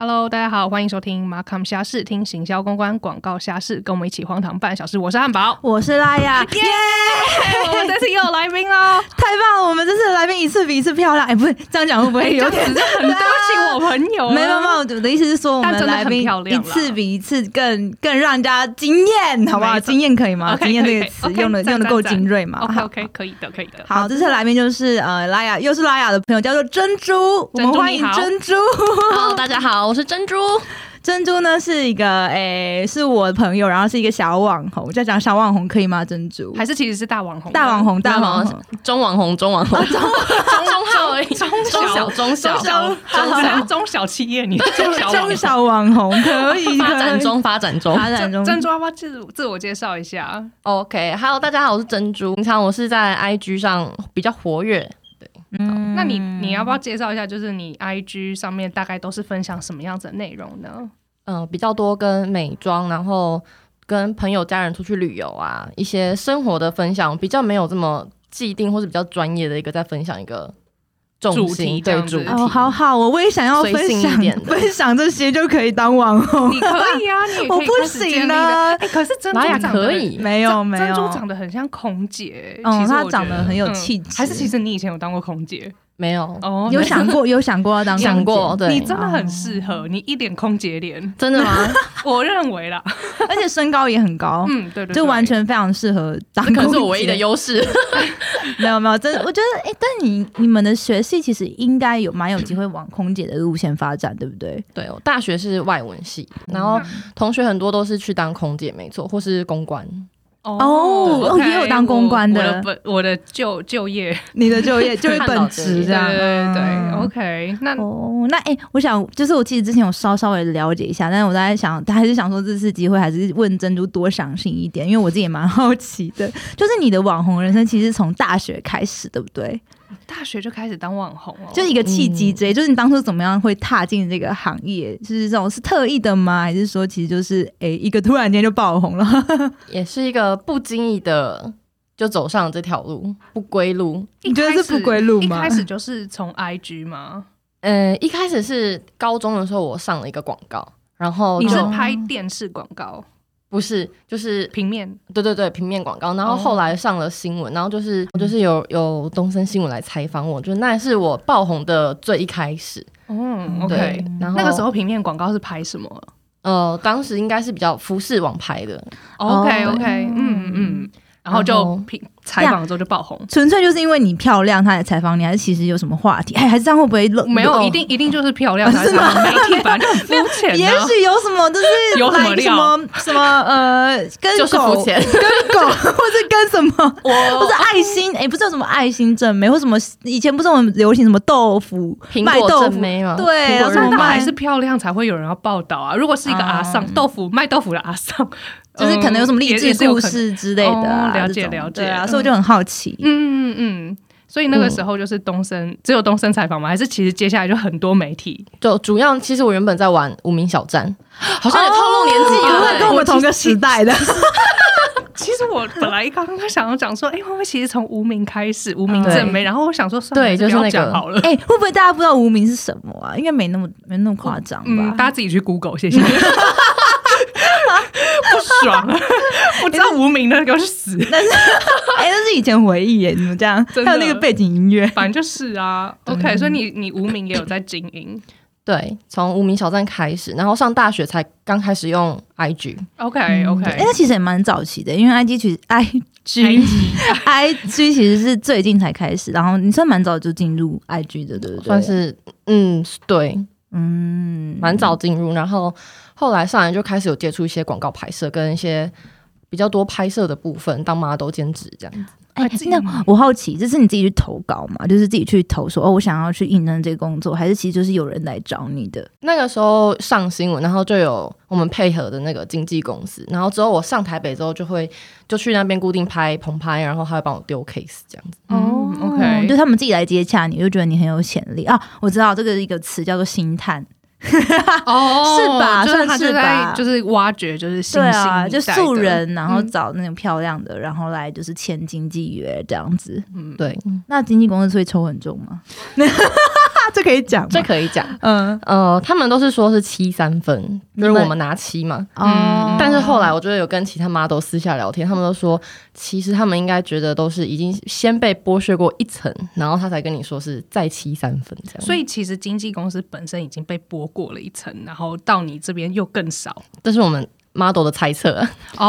Hello， 大家好，欢迎收听马康虾事，听行销公关广告虾事，跟我们一起荒唐半小时。我是汉堡， 我是拉雅， 耶！我们这次又有来宾喽， 太棒了！我们这次的来宾一次比一次漂亮。不是这样讲会不会有点很对不起我朋友？ 没有，我的意思是说，我们的来宾一次比一次更让人家惊艳，好不好？惊艳可以吗？惊艳这个词用的够精锐嘛 ？OK， 可以的。 好，这次的来宾就是拉雅，又是拉雅的朋友，叫做珍珠。我们欢迎珍珠。 Hello， 大家好，我是珍珠。 珍珠呢是一个是我的朋友，然后是一个小网红。再讲小网红可以吗？珍珠还是其实是大网红？ 大网红， 中网红，中号而已， 中小企业，你中小网红可以发展中。 珍珠要不要自我介绍一下 ？OK，Hello， 大家好，我是珍珠。平常我是在 IG 上比较活跃。 那你要不要介绍一下，就是你 IG 上面大概都是分享什么样子的内容呢？ 比较多跟美妆，然后跟朋友家人出去旅游啊，一些生活的分享，比较没有这么既定或是比较专业的一个在分享一个重心对主题。 好，我也想要分享这些就可以当网红。 你可以啊，你也可以我不行啊。 可是珍珠长得可以， 没有， 珍珠长得很像空姐。 她长得很有气质。 还是其实你以前有当过空姐？ 没有有想过要当空姐， 想过，对， 你真的很适合，你一脸空姐脸， 真的吗？ 我认为啦， 而且身高也很高， 对， 就完全非常适合当空姐， 可能是我唯一的优势。 没有，真的，我觉得，但你们的学系其实应该蛮有机会往空姐的路线发展，对不对？ 对，我大学是外文系，然后同学很多都是去当空姐，没错，或是公关。 也有当公关的。 我的就业， 你的就业本职这样。 对 ，OK。那我想就是我其实之前有稍微了解一下，但是我在想，还是想说这次机会还是问珍珠多详细一点，因为我自己也蛮好奇的。就是你的网红人生其实从大学开始，对不对？ 大学就开始当网红哦， 就是一个契机之类。就是你当初怎么样会踏进这个行业？就是这种是特意的吗？还是说其实就是一个突然间就爆红了？ 也是一个不经意的就走上这条路，不归路。 你觉得是不归路吗？ 一开始就是从 IG 吗？ 一开始是高中的时候我上了一个广告，然后你是拍电视广告？ 不是，就是平面， 对，平面广告。然后后来上了新闻，然后就是有东森新闻来采访我，就那是我爆红的最一开始。 OK。然后那个时候平面广告是拍什么？ 当时应该是比较服饰网拍的。 OK， 然后就采访之后就爆红， 纯粹就是因为你漂亮，他来采访你，还是其实有什么话题？还是这样会不会没有？一定就是漂亮才采访，媒体本来就很肤浅。 也许有什么就是有什么料什么跟就是肤浅， 跟狗，或是跟什么，或是爱心不是有什么爱心正妹，或什么以前不是很流行什么豆腐卖豆腐妹吗？ 对， 但还是漂亮才会有人要报道啊。如果是一个阿桑卖豆腐的阿桑。 就是可能有什么励志故事之类的了解对啊，所以我就很好奇。 所以那个时候就是只有东森采访吗？还是其实接下来就很多媒体？ 就主要其实我原本在玩无名小站，好像也透露年纪了， 跟我们同个时代的。 其实我本来刚刚想要讲说，会不会其实从无名开始，无名正妹，然后我想说，对，就是那个好了。 会不会大家不知道无名是什么啊？应该没那么夸张吧？ 大家自己去 Google， 谢谢。不爽，不知道无名的给我去死。 但是那是以前回忆耶，你们这样，还有那个背景音乐， 反正就是啊。OK， 所以你无名也有在经营。 对，从无名小站开始，然后上大学才刚开始用 IG。 OK， 那其实也蛮早期的，因为 IG 其实是最近才开始，然后你算蛮早就进入 IG 的，对不对？ 算是对，蛮早进入，然后后来上来就开始有接触一些广告拍摄跟一些比较多拍摄的部分，当 model 兼职这样子。 那我好奇，这是你自己去投稿吗？就是自己去投说我想要去应征这个工作，还是其实就是有人来找你的？ 那个时候上新闻，然后就有我们配合的那个经纪公司，然后之后我上台北之后就去那边固定拍棚拍，然后他会帮我丢 case 这样子。 OK， 就他们自己来接洽你，就觉得你很有潜力啊！我知道这个一个词叫做星探。是吧？ 就是是吧？ 就是挖掘，就是新兴一代的， 就素人，然后找那种漂亮的，然后来就是签经纪约这样子。 对。 那经纪公司会抽很重吗？ 这可以讲吗？ 这可以讲。他们都是说是7-3分，就是我们拿7嘛。但是后来我觉得有跟其他 model 私下聊天，他们都说其实他们应该觉得都是已经先被剥削过一层，然后他才跟你说是再7-3分这样。 所以其实经纪公司本身已经被剥过了一层，然后到你这边又更少。 这是我们 model 的猜测。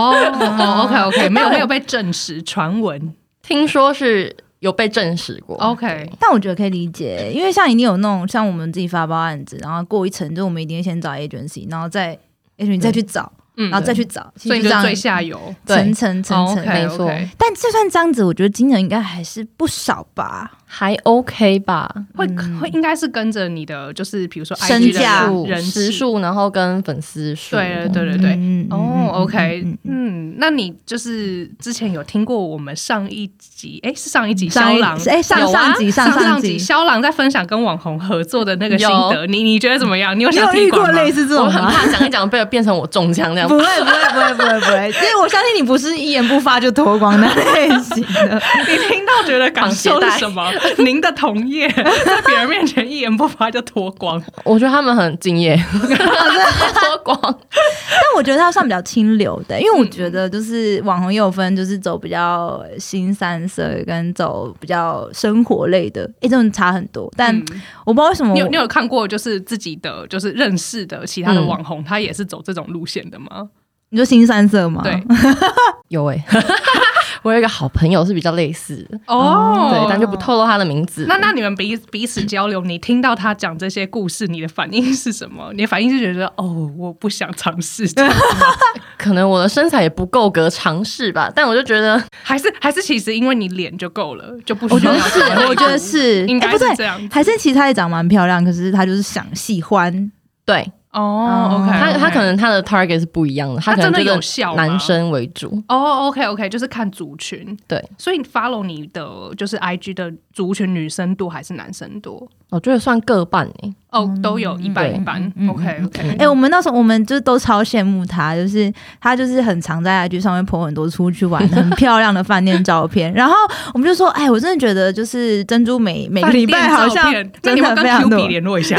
OK， 没有被证实，传闻听说是有被证实过。 OK， 但我觉得可以理解，因为像一定有那种像我们自己发包案子，然后过一层，就我们一定会先找 agency， 然后再 agency 再去找。然后再去找， 所以就最下游， 层层， 没错。 但就算这样子，我觉得金额应该还是不少吧， 还 OK 吧？ 会应该是跟着你的，就是比如说身价、 人时数，然后跟粉丝数。 对。OK， 那你就是之前有听过我们上一集是上一集肖郎上集肖郎在分享跟网红合作的那个心得，你觉得怎么样？你有想遇过类似这种吗？ 我很怕讲一讲变成我中枪那样。 不会，因为我相信你不是一言不发就脱光的类型的。 你听到觉得感受是什么？您的同业在别人面前一言不发就脱光， 我觉得他们很敬业，脱光。 但我觉得他算比较清流的，因为我觉得就是网红也有分，就是走比较新三色跟走比较生活类的，这种差很多。但我不知道为什么你有看过就是自己的就是认识的其他的网红，他也是走这种路线的吗？ 你说新三色吗？ 对， 有我有一个好朋友是比较类似的对，但就不透露他的名字。 那你们彼此交流，你听到他讲这些故事，你的反应是什么？你的反应是觉得我不想尝试， 可能我的身材也不够格尝试吧。但我就觉得还是其实因为你脸就够了，就不需要。 我觉得是， 应该是这样。 还是其实他也长蛮漂亮，可是他就是喜欢。 对。 OK， 他可能他的 target 是不一样的，他可能真的有效男生为主。 OK， 就是看族群。 对， 所以 follow 你的就是 IG 的族群女生多还是男生多？ 我觉得算各半都有一半一半。OK， 我们那时候我们就都超羡慕他，就是他就是很常在 IG 上面 po 很多出去玩很漂亮的饭店照片，然后我们就说，我真的觉得就是珍珠每个礼拜好像真的非常多。 跟 QB 联络一下。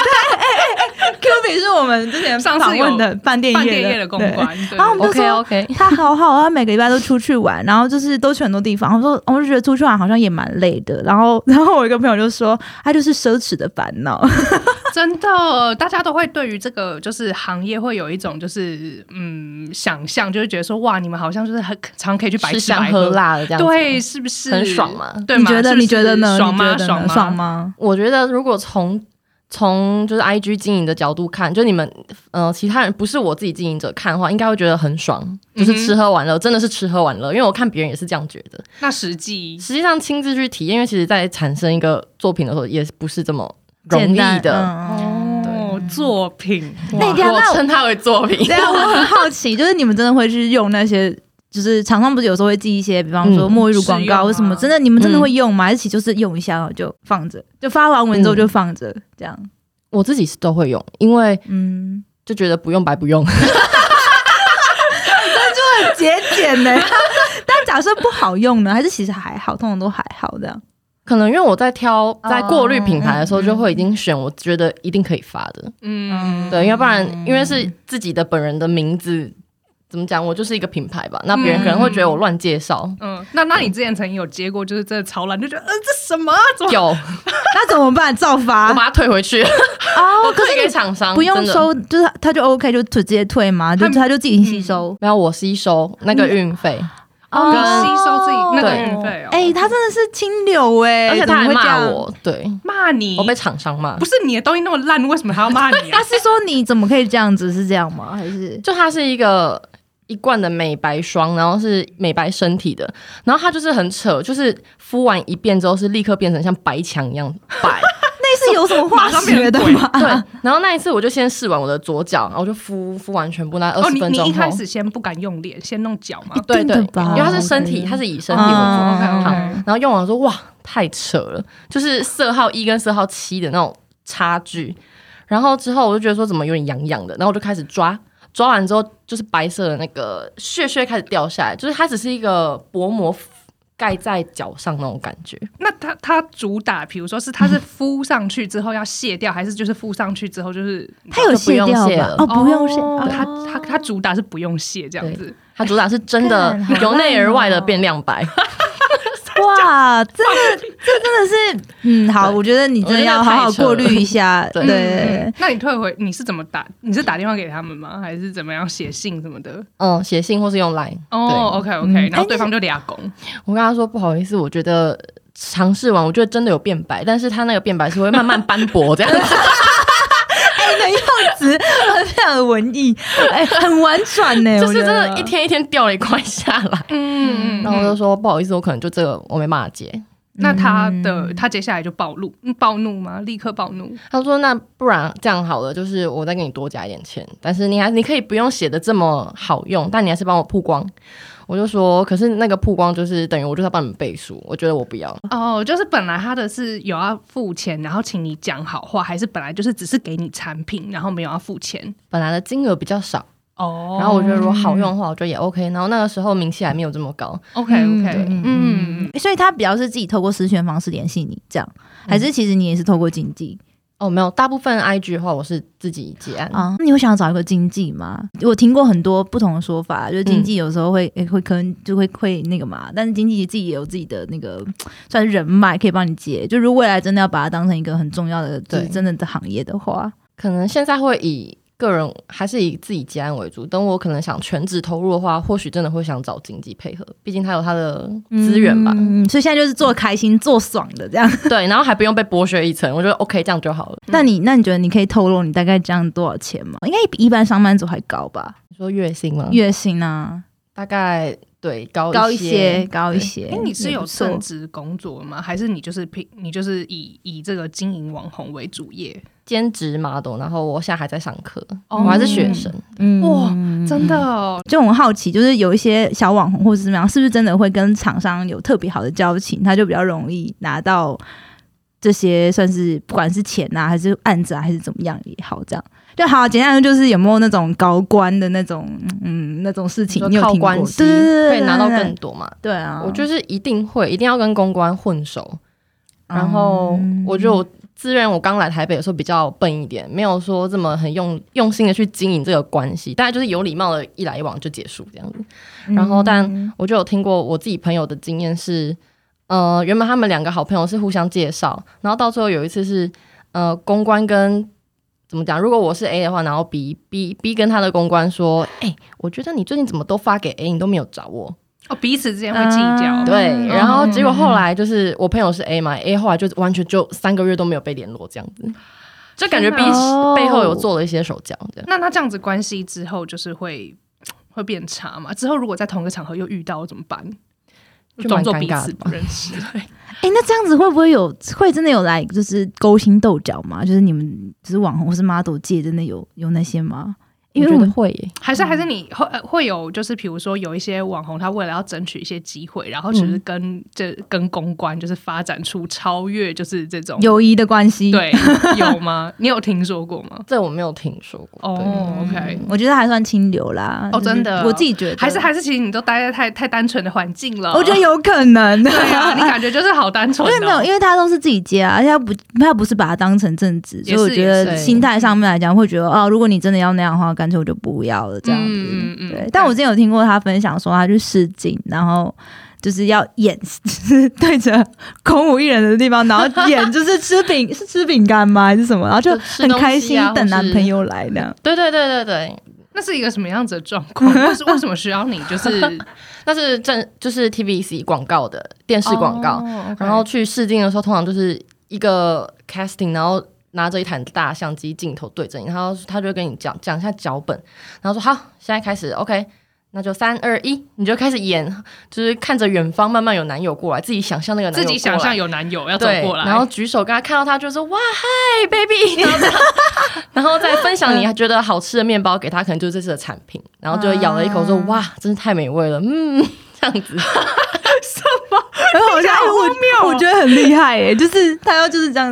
QB 是我们之前访问的饭店业的公关， 然后我们就说 OK， 他好好，他每个礼拜都出去玩，然后就是都去很多地方。我就觉得出去玩好像也蛮累的。然后我一个朋友就说，他就是奢侈的烦恼。 真的，大家都会对于这个就是行业会有一种就是想象，就是觉得说哇，你们好像就是很常可以去白吃白喝辣的这样子， 对，是不是很爽嘛？ 对吗？ 你觉得呢？ 爽吗？ 我觉得如果从就是 IG 经营的角度看，就你们其他人不是我自己经营者看的话，应该会觉得很爽，就是吃喝玩乐，真的是吃喝玩乐。因为我看别人也是这样觉得。 那实际上亲自去体验，因为其实在产生一个作品的时候，也不是这么容易的。 作品， 我称它为作品。 对啊，我很好奇，就是你们真的会去用那些？就是厂商不是有时候会寄一些，比方说沐浴乳广告或什么，真的你们真的会用吗？还是就是用一下然后就放着，就发完文之后就放着这样？ 我自己是都会用，因为就觉得不用白不用，这就很节俭呢。但假设不好用呢，还是其实还好，通常都还好这样。 可能因为我在在过滤品牌的时候，就会已经选我觉得一定可以发的。对，要不然因为是自己的本人的名字。怎么讲？我就是一个品牌吧，那别人可能会觉得我乱介绍。 那你之前曾经有接过，就是真的超烂，就觉得这什么？ 有， 那怎么办？照发？ 我把它退回去。我退给厂商， 不用收，就是他就 OK， 就直接退嘛，就他就自己吸收。 没有，我吸收那个运费。 吸收自己那个运费他真的是清流而且他还骂我，对， 骂你， 我被厂商骂。 不是你的东西那么烂，为什么还要骂你啊？ 他是说你怎么可以这样子？是这样吗？还是就它是一罐的美白霜，然后是美白身体的，然后它就是很扯，就是敷完一遍之后是立刻变成像白墙一样白。 那是有什么化学的吗？ 对，然后那一次我就先试完我的左脚，然后我就敷完全部，那20分钟后。 你一开始先不敢用脸，先弄脚嘛？ 对，因为它是身体，它是以身体为主。好，然后用完说哇，太扯了，就是色号1跟色号7的那种差距。然后之后我就觉得说怎么有点痒痒的，然后我就开始抓完之后，就是白色的那个屑开始掉下来，就是它只是一个薄膜盖在脚上那种感觉。 那它主打，比如说它是敷上去之后要卸掉，还是就是敷上去之后就是它有卸掉吧？哦，不用卸。 它主打是不用卸这样子， 它主打是真的由内而外的变亮白。 哇，这真的是，好，我觉得你真的要好好过滤一下。对， 那你退回你是怎么打？你是打电话给他们吗？还是怎么样写信什么的？ 写信或是用 LINE。 OK， 然后对方就俩拱。我跟他说不好意思，我觉得尝试完，我觉得真的有变白，但是他那个变白是会慢慢斑驳这样子。 你的用词非常的文艺，很婉转呢， 就是真的一天一天掉了一块下来。然后我就说不好意思，我可能就这个我没办法接。 那他接下来就暴怒吗？立刻暴怒。 他说那不然这样好了，就是我再给你多加一点钱，但是你可以不用写的这么好用，但你还是帮我曝光。我就说可是那个曝光就是等于我就是要帮你们背书，我觉得我不要。 就是本来他的是有要付钱，然后请你讲好话，还是本来就是只是给你产品，然后没有要付钱？ 本来的金额比较少。然后我觉得如果好用的话，我觉得也 OK。然后那个时候名气还没有这么高。 OK， 所以他比较是自己透过私讯方式联系你，这样，还是其实你也是透过经纪？ 没有，大部分 IG 的话我是自己结案。 你有想要找一个经纪吗？我听过很多不同的说法，就是经纪有时候会可能就会那个嘛，但是经纪自己也有自己的那个算是人脉可以帮你接，就如果未来真的要把它当成一个很重要的就是真的的行业的话， 可能现在会以个人还是以自己接案为主，等我可能想全职投入的话，或许真的会想找经纪配合，毕竟他有他的资源吧。 所以现在就是做开心做爽的这样。 对，然后还不用被剥削一层，我觉得 OK， 这样就好了。 那你觉得你可以透露你大概这样多少钱吗？应该比一般上班族还高吧？ 你说月薪吗？ 月薪啊， 大概对高一些。 你是有正职工作吗？还是你就是以这个经营网红为主业？ 兼职 model， 然后我现在还在上课，我还是学生。 哇，真的哦！ 就很好奇，就是有一些小网红或者怎么样，是不是真的会跟厂商有特别好的交情，他就比较容易拿到这些算是不管是钱啊，还是案子啊，还是怎么样也好，这样就好。简单的就是有没有那种高官的那种那种事情，你有听过？ 关系可以拿到更多嘛？ 对啊， 我就是一定要跟公关混熟。然后我觉得我自认我刚来台北的时候比较笨一点，没有说这么很用心的去经营这个关系，大概就是有礼貌的一来一往就结束这样子。然后但我就有听过我自己朋友的经验是原本他们两个好朋友是互相介绍，然后到最后有一次是公关跟怎么讲，如果我是 A 的话，然后 B 跟他的公关说我觉得你最近怎么都发给 A 你都没有找我。 彼此之间会计较。 对，然后结果后来就是我朋友是 A 嘛，A 后来就完全就3个月都没有被联络这样子，就感觉背后有做了一些手脚。 那他这样子关系之后就是会变差嘛？之后如果在同一个场合又遇到怎么办？ 就蛮尴尬的吧， 装作彼此不认识。 那这样子会不会真的有来就是勾心斗角吗？就是你们就是网红或是 model 界真的有那些吗？ 因为我觉得会耶， 还是你会有，就是比如说有一些网红，他为了要争取一些机会，然后只是跟公关就是发展出超越就是这种友谊的关系。 对，有吗？你有听说过吗？ 这我没有听说过。 OK， 我觉得还算清流啦。 真的， 我自己觉得还是其实你都待在太单纯的环境了。 我觉得有可能。 对啊，你感觉就是好单纯。 没有，因为他都是自己接啊，而且他不是把它当成正职，所以我觉得心态上面来讲会觉得如果你真的要那样的话，干脆我就不要了这样子。对，但我之前有听过他分享说，他去试镜，然后就是要演，就是对着空无一人的地方，然后演就是吃饼干吗还是什么，然后就很开心等男朋友来那样。 对， 那是一个什么样子的状况？为什么需要你？就是那是就是 TVC 广告的电视广告，然后去试镜的时候，通常就是一个 casting， 然后拿着一台大相机镜头对着你，然后他就会跟你讲一下脚本，然后说好，现在开始 OK， 那就3、2、1，你就开始演，就是看着远方慢慢有男友过来，自己想象那个男友过来， 自己想象有男友要走过来， 然后举手跟他看到他就说哇嗨 baby， 然后再分享你还觉得好吃的面包给他，可能就是这次的产品，然后就咬了一口说哇真是太美味了，这样子。 什么？ 很好笑，我觉得很厉害耶，就是他要就是这样子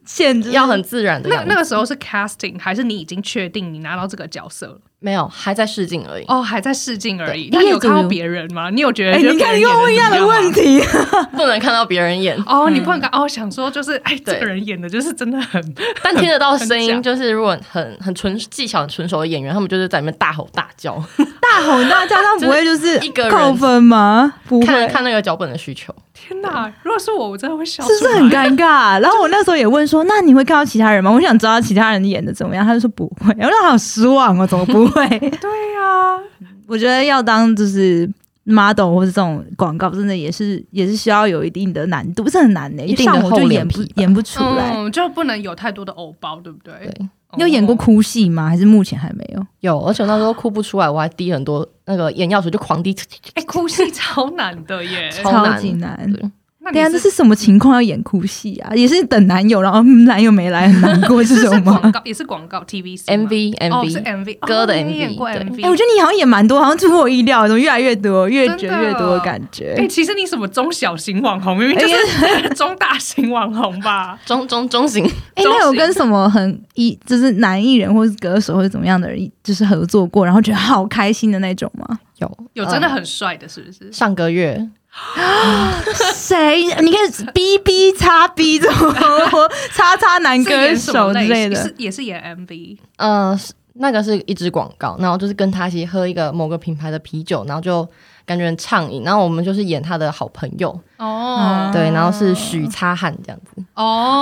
现， 要很自然的样子。 那个时候是 casting 还是你已经确定你拿到这个角色了？ 没有，还在试镜而已。 哦，还在试镜而已。那你有看到别人吗？你有觉得？ 你看你跟我问一样的问题， 不能看到别人演。 哦，你不能看哦，想说就是这个人演的就是真的很， 但听得到声音，就是如果很技巧很纯熟的演员，他们就是在里面大吼大叫， 大吼大叫，他们不会就是一个人扣分吗？不会， 看那个脚本的需求。 天哪！如果是我真的会笑出来， 是不是很尴尬？然后我那时候也问说，那你会看到其他人吗？我想知道其他人演的怎么样，他就说不会。然后好失望哦，怎么不会？ 对呀， 我觉得要当就是 model 或是这种广告，真的也是需要有一定的难度，不是很难的，一上我就演不出来， 就不能有太多的偶包，对不对？ 对。 你有演过哭戏吗？还是目前还没有？ 有，而且那时候哭不出来，我还滴很多那个眼药水，就狂滴。 哭戏超难的耶， 超级难。对啊，这是什么情况要演哭戏啊？也是等男友，然后男友没来，很难过这种吗？ 也是广告 TVC MV 是 MV 歌的 MV。 演过 MV， 我觉得你好像演蛮多，好像出乎我意料，怎么越来越多，越卷越多的感觉。 其实你什么中小型网红，明明就是中大型网红吧？ 中型。 那有跟什么就是男艺人或是歌手或者怎么样的人，就是合作过，然后觉得好开心的那种吗？ 有真的很帅的，是不是？ 上个月。 谁？你看 BB 叉 B 这种叉男歌手之类的， 也是演 MV。 那个是一支广告，然后就是跟他一起喝一个某个品牌的啤酒，然后就感觉很畅饮。然后我们就是演他的好朋友对，然后是许擦汗这样子。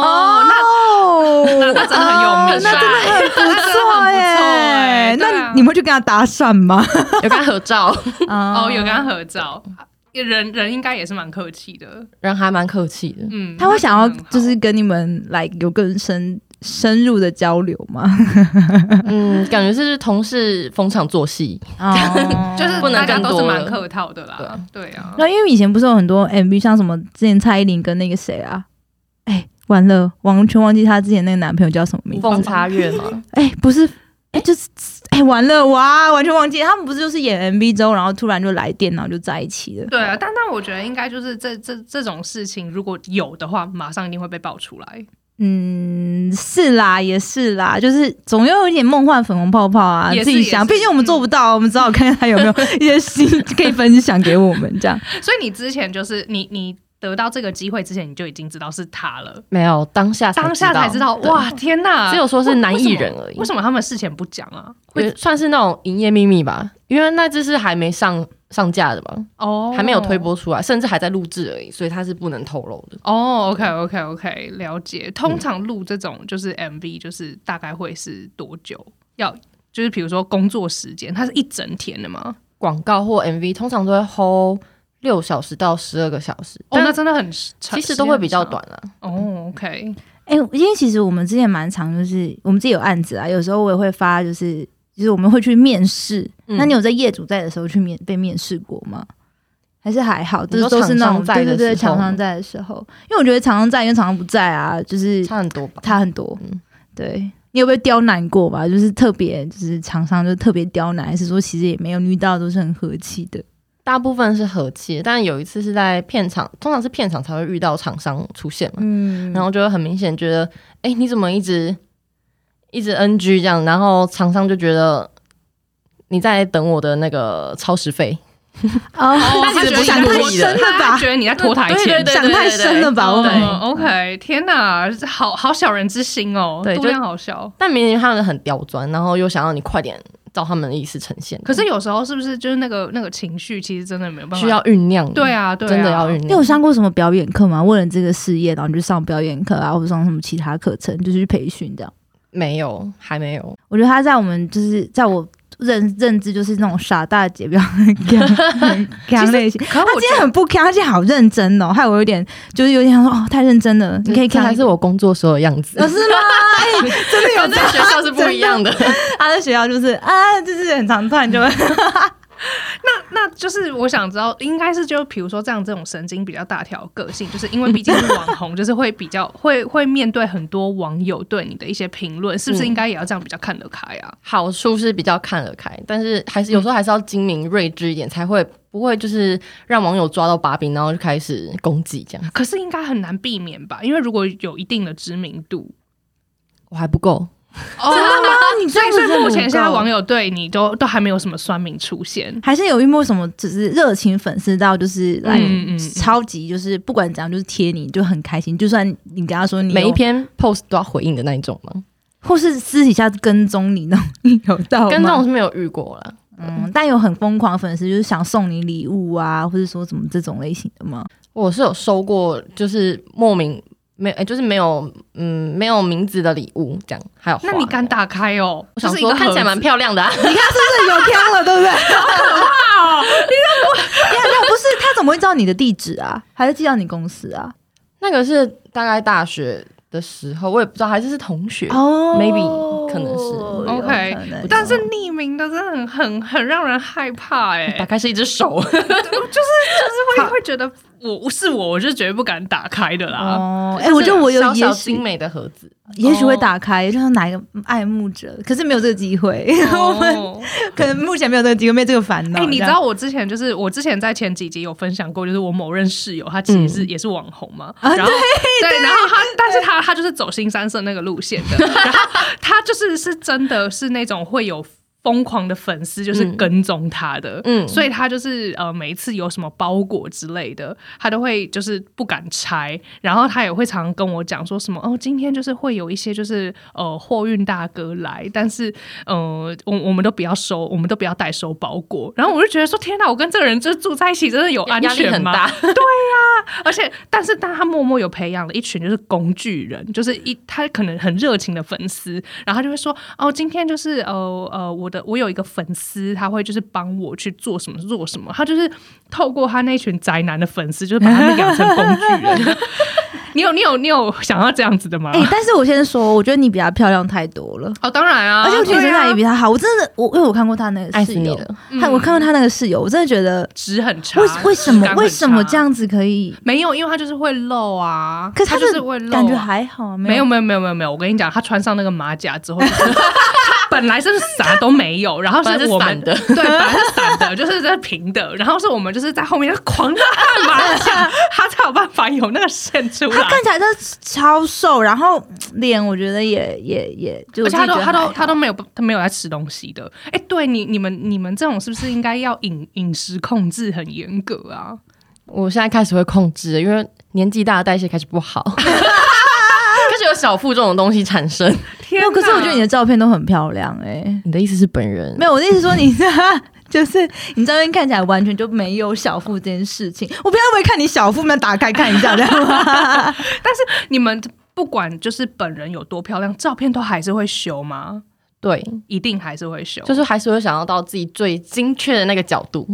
那真的很有名， 那真的很不错耶。那你们会去跟他搭讪吗？ 有跟他合照有跟他合照。人应该也是蛮客气的， 人还蛮客气的。 他会想要就是跟你们来有更深入的交流吗？ 感觉是同事逢场作戏， 就是不能大家都是蛮多客套的啦。对啊， 那因为以前不是有很多 MV， 像什么之前蔡依林跟那个谁啊，完了，完全忘记她之前那个男朋友叫什么名字？ 凤插月吗？ 不是。就是完了哇，完全忘记他们不是就是演 MV 之后，然后突然就来电，然后就在一起了。 对啊，但我觉得应该就是这种事情，如果有的话，马上一定会被爆出来。 是啦，也是啦，就是总要有一点梦幻粉红泡泡啊，自己想。毕竟我们做不到，我们只好看看他有没有一些新可以分享给我们这样。 所以你之前就是你得到这个机会之前，你就已经知道是他了？ 没有，当下才知道。 哇，天哪！ 只有说是男艺人而已。 为什么他们事前不讲啊？ 算是那种营业秘密吧，因为那只是还没上架的嘛，还没有推播出来，甚至还在录制而已，所以它是不能透露的。 OK， 了解。通常录这种就是 MV， 就是大概会是多久？就是比如说工作时间，它是一整天的吗？ 广告或 MV 通常都会 hold 6小时到12个小时， 那真的很其实都会比较短啦。 OK， 因为其实我们之前蛮常就是我们自己有案子啊，有时候我也会发，就是我们会去面试。那你有在业主在的时候去被面试过吗？还是还好，就是都是那种对厂商在的时候，因为我觉得厂商在跟厂商不在啊，就是差很多吧， 差很多。对，你有没有刁难过吧？就是特别就是厂商就特别刁难，还是说其实也没有，遇到都是很和气的？ 大部分是和气的，但有一次是在片场，通常是片场才会遇到厂商出现嘛，然后就会很明显觉得，你怎么一直 NG 这样，然后厂商就觉得你在等我的那个超时费。 他其实不想太深了吧？ 觉得你在拖台前， 想太深了吧 ？OK， 天哪，好小人之心哦， 对， 度量好小。 但明明他们很刁钻，然后又想要你快点照他们的意思呈现。 可是有时候是不是就是那个情绪，其实真的没有办法， 需要酝酿。 对啊， 真的要酝酿。 你有上过什么表演课吗？为了这个事业，然后你就上表演课啊，或者上什么其他课程，就是去培训这样？ 没有，还没有。 我觉得他在我们就是在我认知就是那种傻大姐比较强类型，他今天很不强，他今天好认真哦，害我有点想说太认真了。你可以看， 还是我工作时候的样子， 是吗？真的有在学校是不一样的。 他在学校就是就是很常突然就会。 那就是我想知道，应该是就比如说这种神经比较大条个性，就是因为毕竟是网红，就是会比较会面对很多网友对你的一些评论，是不是应该也要这样比较看得开啊？ 好处是比较看得开，但是还是有时候还是要精明睿智一点，才会不会就是让网友抓到把柄，然后就开始攻击这样。 可是应该很难避免吧？因为如果有一定的知名度， 我还不够。 真的吗？你所以目前现在网友对你都还没有什么酸民出现， 还是有遇过什么只是热情粉丝到就是来超级就是不管怎样就是贴你就很开心，就算你跟他说你每一篇 post 都要回应的那一种吗？ 或是私底下跟踪你那种，有到吗？ 跟踪是没有遇过啦。 但有很疯狂的粉丝就是想送你礼物啊，或者说什么这种类型的吗？ 我是有收过，就是莫名就是没有名字的礼物这样，还有花。 那你敢打开哦？ 我想说看起来蛮漂亮的啊， 你看是不是有挑了，对不对？好可怕哦！不是他怎么会知道你的地址啊？还是寄到你公司啊？ 那个是大概大学的时候，我也不知道，还是同学，maybe 可能是 OK， 但是匿名的真的很让人害怕哎。 打开是一只手， 就是会觉得我就绝对不敢打开的啦。 我觉得我有小小精美的盒子， 也许会打开，就是哪一个爱慕者，可是没有这个机会，我们可能目前没有这个机会，没有这个烦恼。 你知道我之前在前几集有分享过，就是我某任室友，他其实也是网红嘛，然后对，然后但是他就是走新三色那个路线的，然后他是真的是那种会有疯狂的粉丝就是跟踪他的，所以他就是每一次有什么包裹之类的，他都会就是不敢拆，然后他也会常常跟我讲说什么今天就是会有一些就是货运大哥来，但是我们都不要收，我们都不要代收包裹，然后我就觉得说天哪，我跟这个人就是住在一起真的有安全吗？ 压力很大。 对呀，而且但他默默有培养了一群就是工具人，就是他可能很热情的粉丝，然后他就会说今天就是我有一个粉丝，他会就是帮我去做什么，他就是透过他那群宅男的粉丝，就是把他们养成工具人。你有想要这样子的吗？ 但是我先说，我觉得你比他漂亮太多了。 当然啊， 而且我觉得身材也比他好。我真的，因为我看过他那个室友，我看过他那个室友，我真的觉得质很差。 为什么这样子可以？ 没有，因为他就是会露啊。 可是他就是会露， 感觉还好。 没有。我跟你讲，他穿上那个马甲之后。本来是啥都没有，然后是我们的， 对，本来是散的，就是在平的，然后是我们就是在后面狂按马甲，他才有办法有那个线出来。 他看起来真的超瘦，然后脸我觉得也就， 而且他都没有在吃东西的。对你们这种是不是应该要饮食控制很严格啊？ 我现在开始会控制，因为年纪大，代谢开始不好。开始有小腹这种东西产生。 可是我觉得你的照片都很漂亮你的意思是本人？ 没有，我的意思说你就是你照片看起来完全就没有小腹这件事情。我不要会看你小腹，那打开看一下这样吗？ 但是你们不管就是本人有多漂亮，照片都还是会修吗？ 对， 一定还是会修， 就是还是会想要到自己最精确的那个角度。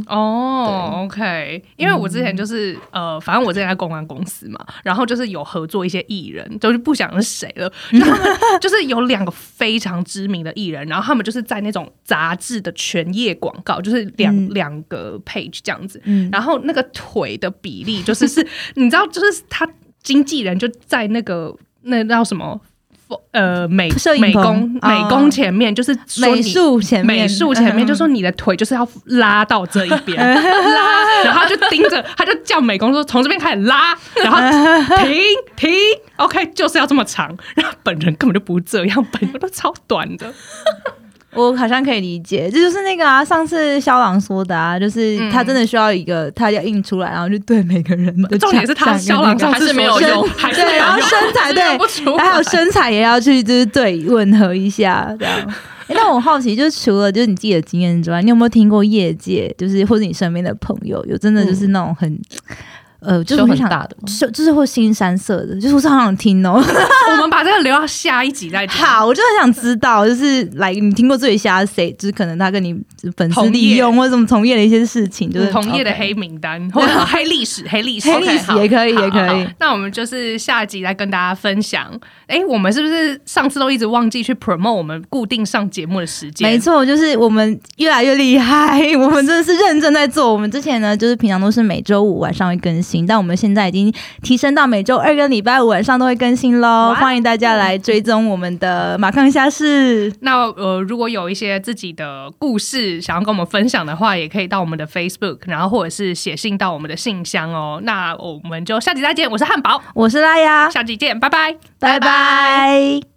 OK， 因为我之前就是反正我之前在公关公司嘛，然后就是有合作一些艺人，就是不讲是谁了，就他们就是有2个非常知名的艺人，然后他们就是在那种杂志的全页广告，就是两个 page 这样子，然后那个腿的比例就是你知道，就是他经纪人就在那叫什么？美工前面，就是美术前面，就说你的腿就是要拉到这一边，拉，然后他就盯着，他就叫美工说从这边开始拉，然后停 ，OK， 就是要这么长，然后本人根本就不这样，本人都超短的。 我好像可以理解，这就是那个上次肖朗说的就是他真的需要一个，他要印出来，然后就对每个人的。 重点是他肖朗上次没有用， 对，然后身材对，还有身材也要去就是对吻合一下这样。那我好奇，就是除了就是你自己的经验之外，你有没有听过业界，就是或者你身边的朋友有真的就是那种很。就是很大的， 就是会新山色的，就是我好想听哦。 我们把这个留到下一集再讲。 好，我就很想知道，就是你听过最瞎谁？就是可能他跟你粉丝利用或者什么从业的一些事情，就是同业的黑名单或者黑历史也可以。 那我们就是下集再跟大家分享。我们是不是上次都一直忘记去 promote 我们固定上节目的时间？ 没错，就是我们越来越厉害，我们真的是认真在做。我们之前呢，就是平常都是每周5晚上会更新。 情，但我们现在已经提升到每周2跟礼拜5晚上都会更新咯，欢迎大家来追踪我们的马康虾事。 那如果有一些自己的故事想要跟我们分享的话，也可以到我们的 Facebook， 然后或者是写信到我们的信箱哦。那我们就下集再见，我是汉堡， 我是拉雅， 下集见，拜拜， 拜拜。